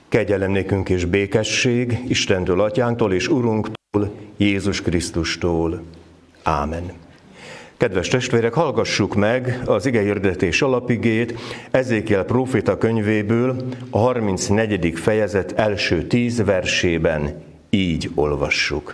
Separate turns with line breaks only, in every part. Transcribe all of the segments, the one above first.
Kegyelem nékünk és békesség Istentől, Atyánktól és Urunktól, Jézus Krisztustól. Ámen. Kedves testvérek, hallgassuk meg az igehirdetés alapigét Ezékiel próféta könyvéből, a 34. fejezet első 10 versében. Így olvassuk.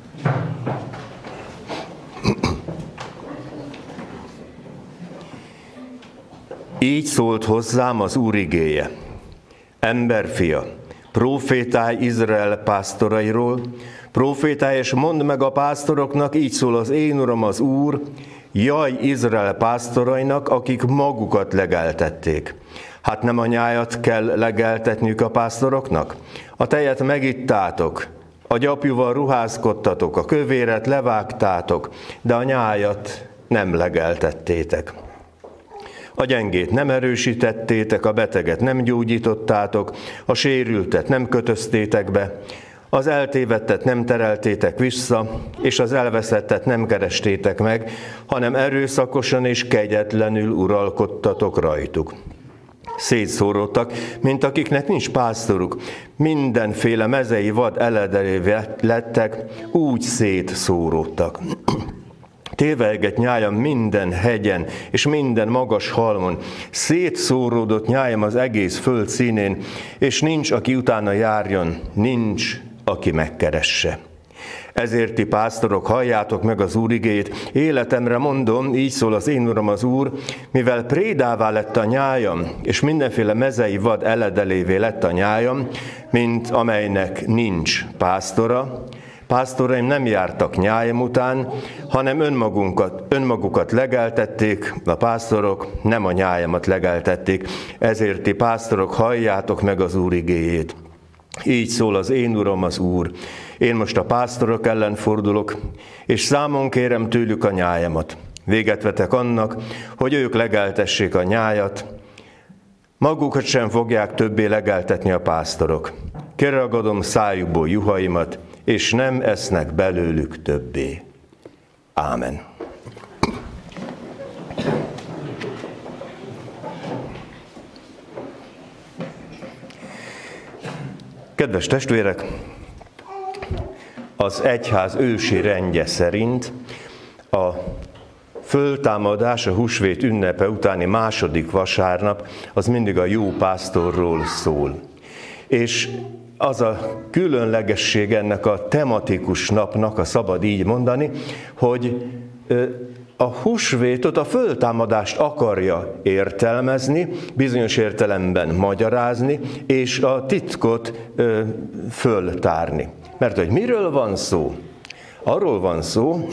Így szólt hozzám az Úr igéje: Emberfia, prófétálj Izrael pásztorairól, prófétálj és mondd meg a pásztoroknak, így szól az én Uram az Úr, jaj Izrael pásztorainak, akik magukat legeltették. Hát nem a nyájat kell legeltetniük a pásztoroknak? A tejet megittátok, a gyapjúval ruházkodtatok, a kövéret levágtátok, de a nyájat nem legeltettétek. A gyengét nem erősítettétek, a beteget nem gyógyítottátok, a sérültet nem kötöztétek be, az eltévedtet nem tereltétek vissza, és az elveszettet nem kerestétek meg, hanem erőszakosan és kegyetlenül uralkodtatok rajtuk. Szétszóródtak, mint akiknek nincs pásztoruk, mindenféle mezei vad eledelé lettek, úgy szétszóródtak. Tévelgett nyájam minden hegyen és minden magas halmon, szétszóródott nyájam az egész föld színén, és nincs, aki utána járjon, nincs, aki megkeresse. Ezért ti pásztorok, halljátok meg az Úr igéjét, életemre mondom, így szól az én Uram az Úr, mivel prédává lett a nyájam, és mindenféle mezei vad eledelévé lett a nyájam, mint amelynek nincs pásztora. Pásztoraim nem jártak nyájam után, hanem önmagukat legeltették, a pásztorok nem a nyájamat legeltették, ezért ti pásztorok, halljátok meg az Úr igéjét. Így szól az én Uram az Úr. Én most a pásztorok ellen fordulok, és számon kérem tőlük a nyájamat. Véget vetek annak, hogy ők legeltessék a nyájat, magukat sem fogják többé legeltetni a pásztorok. Kiragadom szájukból juhaimat, és nem esznek belőlük többé. Ámen. Kedves testvérek, az egyház ősi rendje szerint a föltámadás, a húsvét ünnepe utáni második vasárnap az mindig a jó pásztorról szól. És az a különlegesség ennek a tematikus napnak, a szabad így mondani, hogy a húsvétot, a föltámadást akarja értelmezni, bizonyos értelemben magyarázni, és a titkot föltárni. Mert hogy miről van szó? Arról van szó,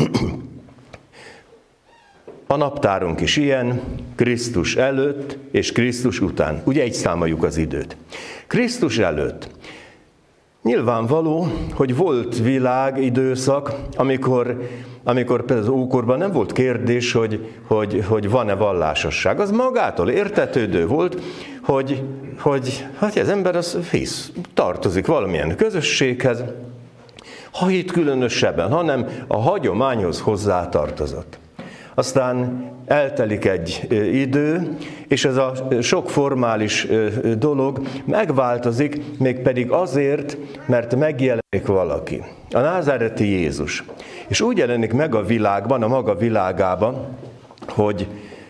a naptárunk is ilyen, Krisztus előtt és Krisztus után. Ugye így számoljuk az időt. Krisztus előtt. Nyilvánvaló, hogy volt világidőszak, amikor például az ókorban nem volt kérdés, hogy van-e vallásosság. Az magától értetődő volt, hogy az ember az hisz, tartozik valamilyen közösséghez, ha itt különösebben, hanem a hagyományhoz hozzá tartozott. Aztán eltelik egy idő, és ez a sok formális dolog megváltozik, mégpedig azért, mert megjelenik valaki. A názáreti Jézus. És úgy jelenik meg a világban, a maga világában, hogy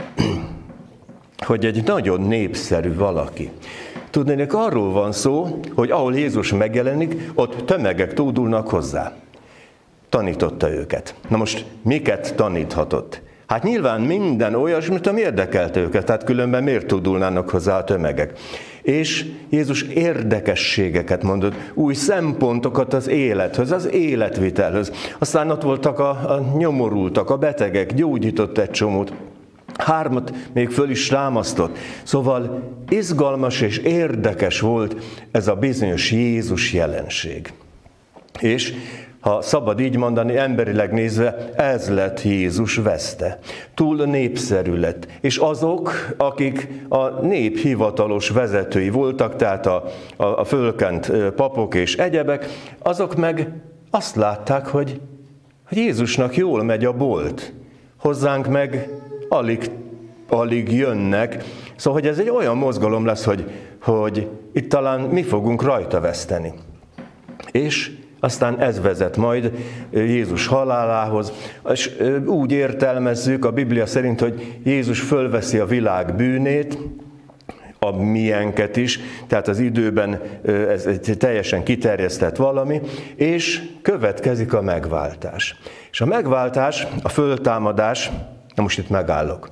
egy nagyon népszerű valaki. Tudnék, arról van szó, hogy ahol Jézus megjelenik, ott tömegek tódulnak hozzá. Tanította őket. Na most miket taníthatott? Hát nyilván minden olyasmit, ami érdekelte őket, tehát különben miért tudulnának hozzá a tömegek. És Jézus érdekességeket mondott, új szempontokat az élethöz, az életvitelhöz. Aztán ott voltak a nyomorultak, a betegek, gyógyított egy csomót. 3 még föl is támasztott. Szóval izgalmas és érdekes volt ez a bizonyos Jézus jelenség. És ha szabad így mondani, emberileg nézve, ez lett Jézus veszte. Túl népszerű lett. És azok, akik a nép hivatalos vezetői voltak, tehát a fölkent papok és egyebek, azok meg azt látták, hogy Jézusnak jól megy a bolt. Hozzánk meg alig jönnek. Szóval, hogy ez egy olyan mozgalom lesz, hogy itt talán mi fogunk rajta veszteni. És aztán ez vezet majd Jézus halálához, és úgy értelmezzük a Biblia szerint, hogy Jézus fölveszi a világ bűnét, a miénket is, tehát az időben ez egy teljesen kiterjesztett valami, és következik a megváltás. És a megváltás, a föltámadás, na most itt megállok.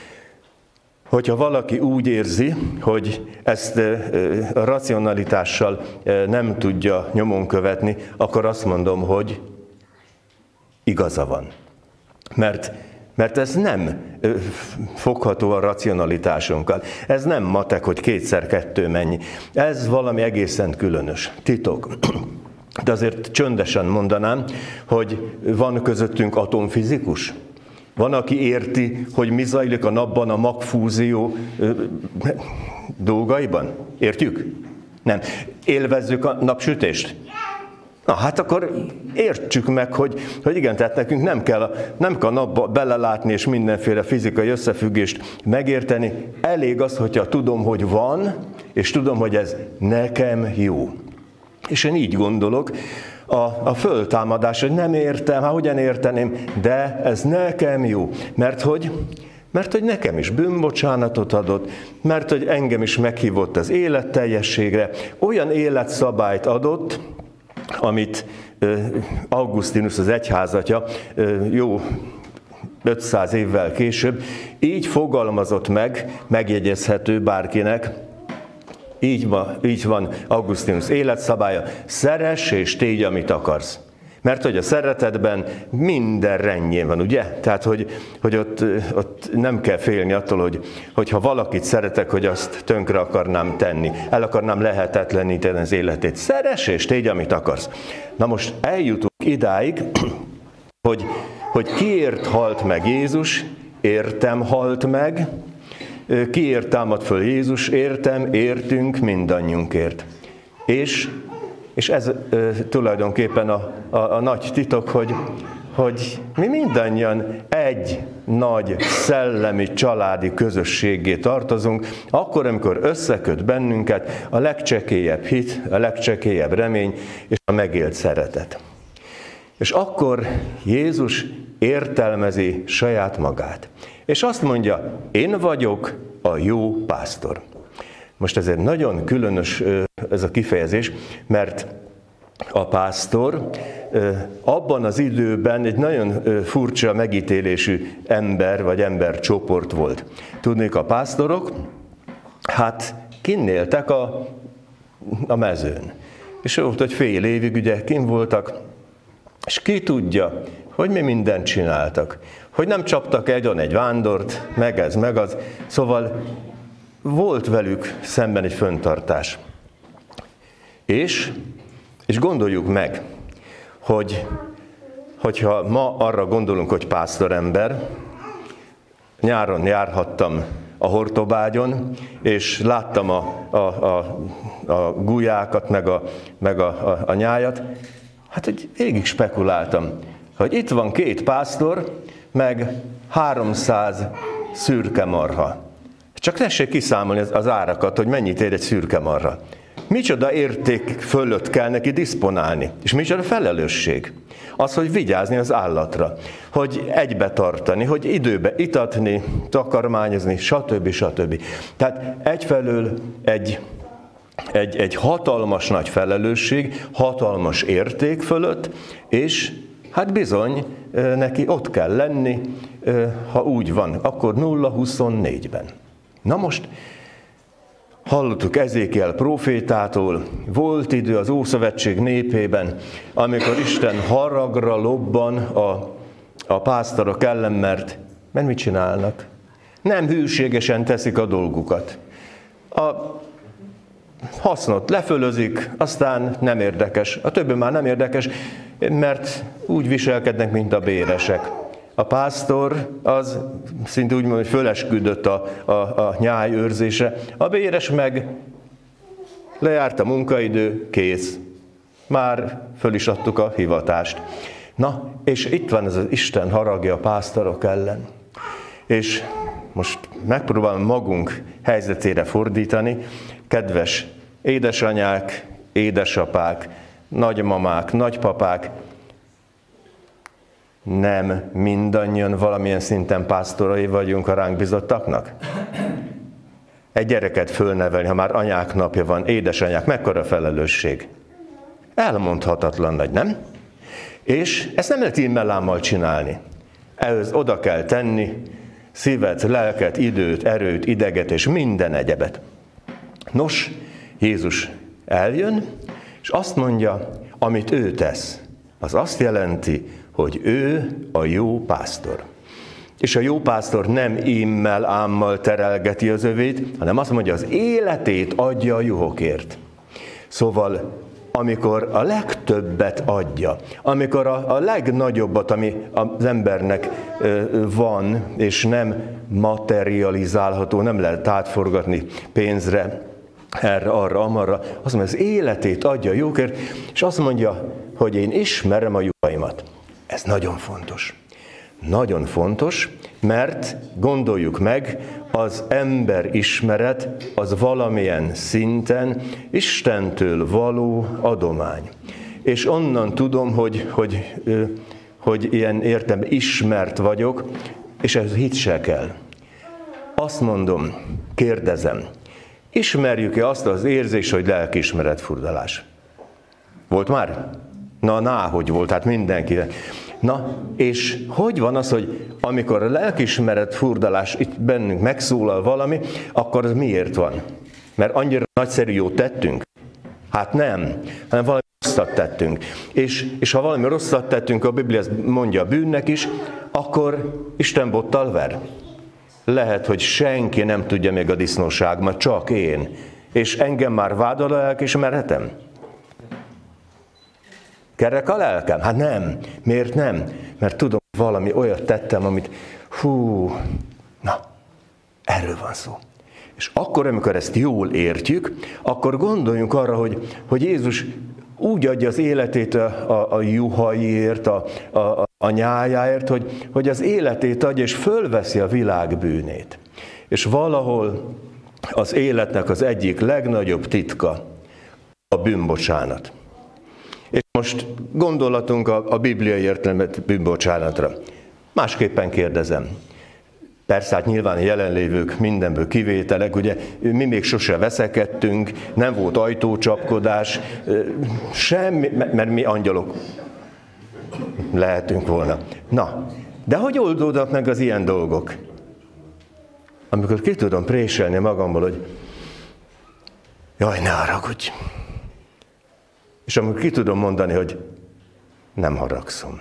Hogyha valaki úgy érzi, hogy ezt a racionalitással nem tudja nyomon követni, akkor azt mondom, hogy igaza van. Mert ez nem fogható a racionalitásunkkal. Ez nem matek, hogy 2x2 mennyi. Ez valami egészen különös, titok. De azért csöndesen mondanám, hogy van közöttünk atomfizikus. Van, aki érti, hogy mi zajlik a napban a magfúzió dolgaiban? Értjük? Nem. Élvezzük a napsütést? Na hát akkor értsük meg, hogy igen, tehát nekünk nem kell a napba belelátni és mindenféle fizikai összefüggést megérteni. Elég az, hogyha tudom, hogy van, és tudom, hogy ez nekem jó. És én így gondolok, a föltámadás, hogy nem értem, hogyan érteném, de ez nekem jó. Mert hogy nekem is bűnbocsánatot adott, mert hogy engem is meghívott az életteljességre, olyan életszabályt adott, amit Augustinus, az egyházatja, jó 500 évvel később így fogalmazott meg, megjegyezhető bárkinek, így van Augustinus életszabálya, szeress és tégy, amit akarsz. Mert hogy a szeretetben minden rendjén van, ugye? Tehát, hogy ott nem kell félni attól, hogy ha valakit szeretek, hogy azt tönkre akarnám tenni, el akarnám lehetetleníteni az életét. Szeress és tégy, amit akarsz. Na most eljutunk idáig, hogy kiért halt meg Jézus, értem halt meg, kiért támad föl Jézus, értünk mindannyiunkért. És ez tulajdonképpen a nagy titok, hogy mi mindannyian egy nagy szellemi családi közösségé tartozunk, akkor, amikor összeköt bennünket a legcsekélyebb hit, a legcsekélyebb remény és a megélt szeretet. És akkor Jézus értelmezi saját magát. És azt mondja, én vagyok a jó pásztor. Most ezért nagyon különös ez a kifejezés, mert a pásztor abban az időben egy nagyon furcsa megítélésű ember vagy embercsoport volt. Tudnék, a pásztorok, hát kinn éltek a mezőn. És volt, hogy fél évig ugye kinn voltak, és ki tudja, hogy mi mindent csináltak. Hogy nem csaptak egy vándort, meg ez, meg az. Szóval volt velük szemben egy fenntartás. És gondoljuk meg, hogyha ma arra gondolunk, hogy pásztorember, nyáron járhattam a Hortobágyon, és láttam a gulyákat, meg a nyájat, hát hogy végig spekuláltam, hogy itt van 2 pásztor, meg 300 szürke marha. Csak tessék kiszámolni az árakat, hogy mennyit ér egy szürke marha. Micsoda érték fölött kell neki diszponálni, és micsoda felelősség. Az, hogy vigyázni az állatra, hogy egybe tartani, hogy időbe itatni, takarmányozni, stb. Tehát egyfelől egy hatalmas nagy felelősség, hatalmas érték fölött, és hát bizony neki ott kell lenni, ha úgy van, akkor 0-24-ben. Na most hallottuk Ezékiel prófétától, volt idő az Ószövetség népében, amikor Isten haragra lobban a pásztorok ellen, mert mit csinálnak? Nem hűségesen teszik a dolgukat. A hasznot lefölözik, aztán nem érdekes. A többi már nem érdekes, mert úgy viselkednek, mint a béresek. A pásztor az szinte úgy mondja, hogy fölesküdött a nyáj őrzése. A béres meg lejárt a munkaidő, kész. Már föl is adtuk a hivatást. Na, és itt van ez az Isten haragja a pásztorok ellen. És most megpróbálom magunk helyzetére fordítani. Kedves édesanyák, édesapák, nagymamák, nagypapák, nem mindannyian valamilyen szinten pásztorai vagyunk a ránk bizottaknak? Egy gyereket fölnevelni, ha már anyák napja van, édesanyák, mekkora felelősség? Elmondhatatlan nagy, nem? És ezt nem lehet immellámmal csinálni. Ehhez oda kell tenni szívet, lelket, időt, erőt, ideget és minden egyebet. Nos, Jézus eljön, és azt mondja, amit ő tesz, az azt jelenti, hogy ő a jó pásztor. És a jó pásztor nem ímmel, ámmal terelgeti az övét, hanem azt mondja, az életét adja a juhokért. Szóval, amikor a legtöbbet adja, amikor a legnagyobbat, ami az embernek van, és nem materializálható, nem lehet átforgatni pénzre, erre, arra, amarra, azt mondja, az életét adja a juhokért, és azt mondja, hogy én ismerem a juhaimat. Ez nagyon fontos. Nagyon fontos, mert gondoljuk meg, az ember ismeret az valamilyen szinten Istentől való adomány. És onnan tudom, hogy ilyen értem ismert vagyok, és ez hit se kell. Azt mondom, kérdezem, ismerjük-e azt az érzést, hogy lelkiismeret furdalás? Volt már? Hogy volt, hát mindenki. Na, és hogy van az, hogy amikor a lelkiismeret furdalás itt bennünk megszólal valami, akkor az miért van? Mert annyira nagyszerű jót tettünk? Hát nem, hanem valami rosszat tettünk. És ha valami rosszat tettünk, a Biblia mondja a bűnnek is, akkor Isten bottal ver. Lehet, hogy senki nem tudja még a disznóságomat, csak én. És engem már vádol a lelkiismeretem? Kerek a lelkem? Hát nem. Miért nem? Mert tudom, valami olyat tettem, amit erről van szó. És akkor, amikor ezt jól értjük, akkor gondoljunk arra, hogy Jézus úgy adja az életét a juhaiért, a nyájáért, hogy az életét adja, és fölveszi a világ bűnét. És valahol az életnek az egyik legnagyobb titka a bűnbocsánat. És most gondolatunk a bibliai értelmet bűnbocsánatra. Másképpen kérdezem. Persze, hát nyilván jelenlévők mindenből kivételek, ugye mi még sose veszekedtünk, nem volt ajtócsapkodás, semmi, mert mi angyalok lehetünk volna. Na, de hogy oldódnak meg az ilyen dolgok? Amikor ki tudom préselni magamból, hogy jaj, ne haragudj. És amikor ki tudom mondani, hogy nem haragszom.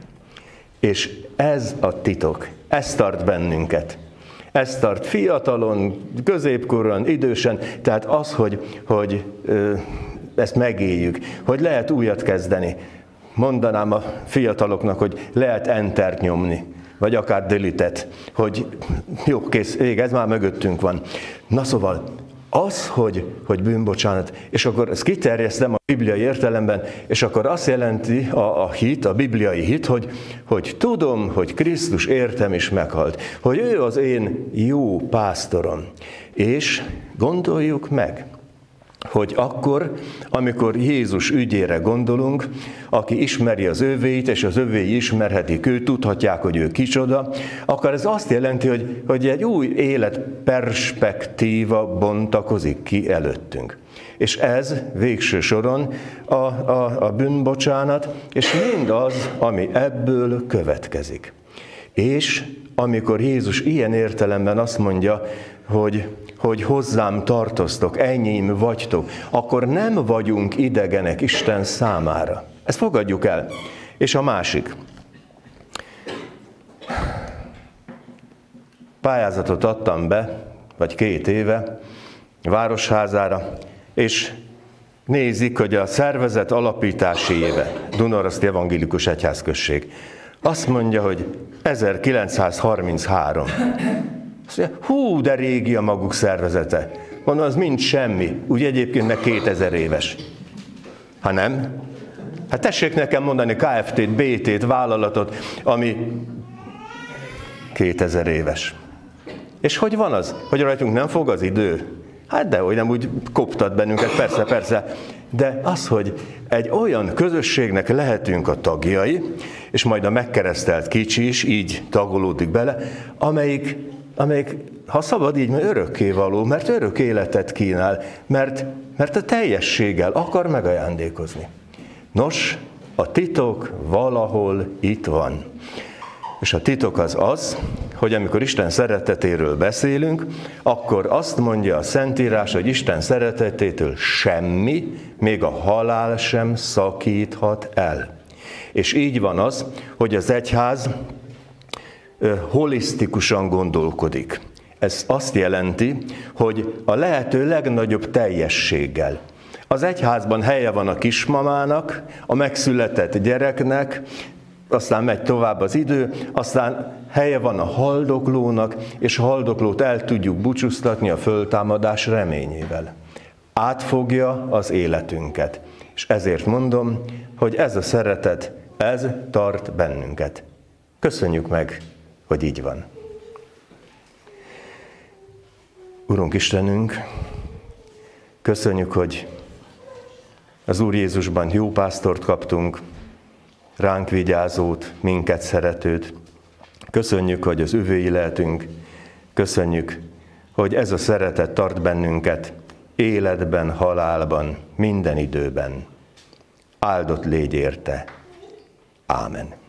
És ez a titok, ez tart bennünket. Ez tart fiatalon, középkoron, idősen, tehát az, hogy ezt megéljük, hogy lehet újat kezdeni. Mondanám a fiataloknak, hogy lehet entert nyomni, vagy akár delete-et, hogy jó, kész, ez már mögöttünk van. Na szóval, az, hogy bűnbocsánat, és akkor ezt kiterjesztem a bibliai értelemben, és akkor azt jelenti a hit, a bibliai hit, hogy tudom, hogy Krisztus értem és meghalt, hogy ő az én jó pásztorom. És gondoljuk meg, hogy akkor, amikor Jézus ügyére gondolunk, aki ismeri az övéit, és az övéi ismerhetik őt, tudhatják, hogy ő kicsoda, akkor ez azt jelenti, hogy egy új életperspektíva bontakozik ki előttünk. És ez végső soron a bűnbocsánat, és mindaz, ami ebből következik. És amikor Jézus ilyen értelemben azt mondja, hogy hozzám tartoztok, enyém vagytok, akkor nem vagyunk idegenek Isten számára. Ezt fogadjuk el. És a másik. Pályázatot adtam be, vagy 2 éve, Városházára, és nézik, hogy a szervezet alapítási éve, Dunaharaszti Evangélikus Egyházközség. Azt mondja, hogy 1933. Azt mondja, de régi a maguk szervezete. Mondom, az mind semmi. Úgy egyébként meg 2000 éves. Ha nem? Hát tessék nekem mondani Kft-t, BT-t, vállalatot, ami 2000 éves. És hogy van az? Hogy rajtunk nem fog az idő? Hát de, hogy nem úgy koptat bennünket, persze, persze. De az, hogy egy olyan közösségnek lehetünk a tagjai, és majd a megkeresztelt kicsi is így tagolódik bele, amelyik ha szabad így, mert örökkévaló, mert örök életet kínál, mert a teljességgel akar megajándékozni. Nos, a titok valahol itt van. És a titok az, hogy amikor Isten szeretetéről beszélünk, akkor azt mondja a Szentírás, hogy Isten szeretetétől semmi, még a halál sem szakíthat el. És így van az, hogy az egyház holisztikusan gondolkodik. Ez azt jelenti, hogy a lehető legnagyobb teljességgel. Az egyházban helye van a kismamának, a megszületett gyereknek, aztán megy tovább az idő, aztán helye van a haldoklónak, és a haldoklót el tudjuk búcsúztatni a föltámadás reményével. Átfogja az életünket. És ezért mondom, hogy ez a szeretet, ez tart bennünket. Köszönjük meg, hogy így van. Urunk Istenünk, köszönjük, hogy az Úr Jézusban jó pásztort kaptunk, ránk vigyázót, minket szeretőt. Köszönjük, hogy az övői lehetünk. Köszönjük, hogy ez a szeretet tart bennünket életben, halálban, minden időben. Áldott légy érte. Ámen.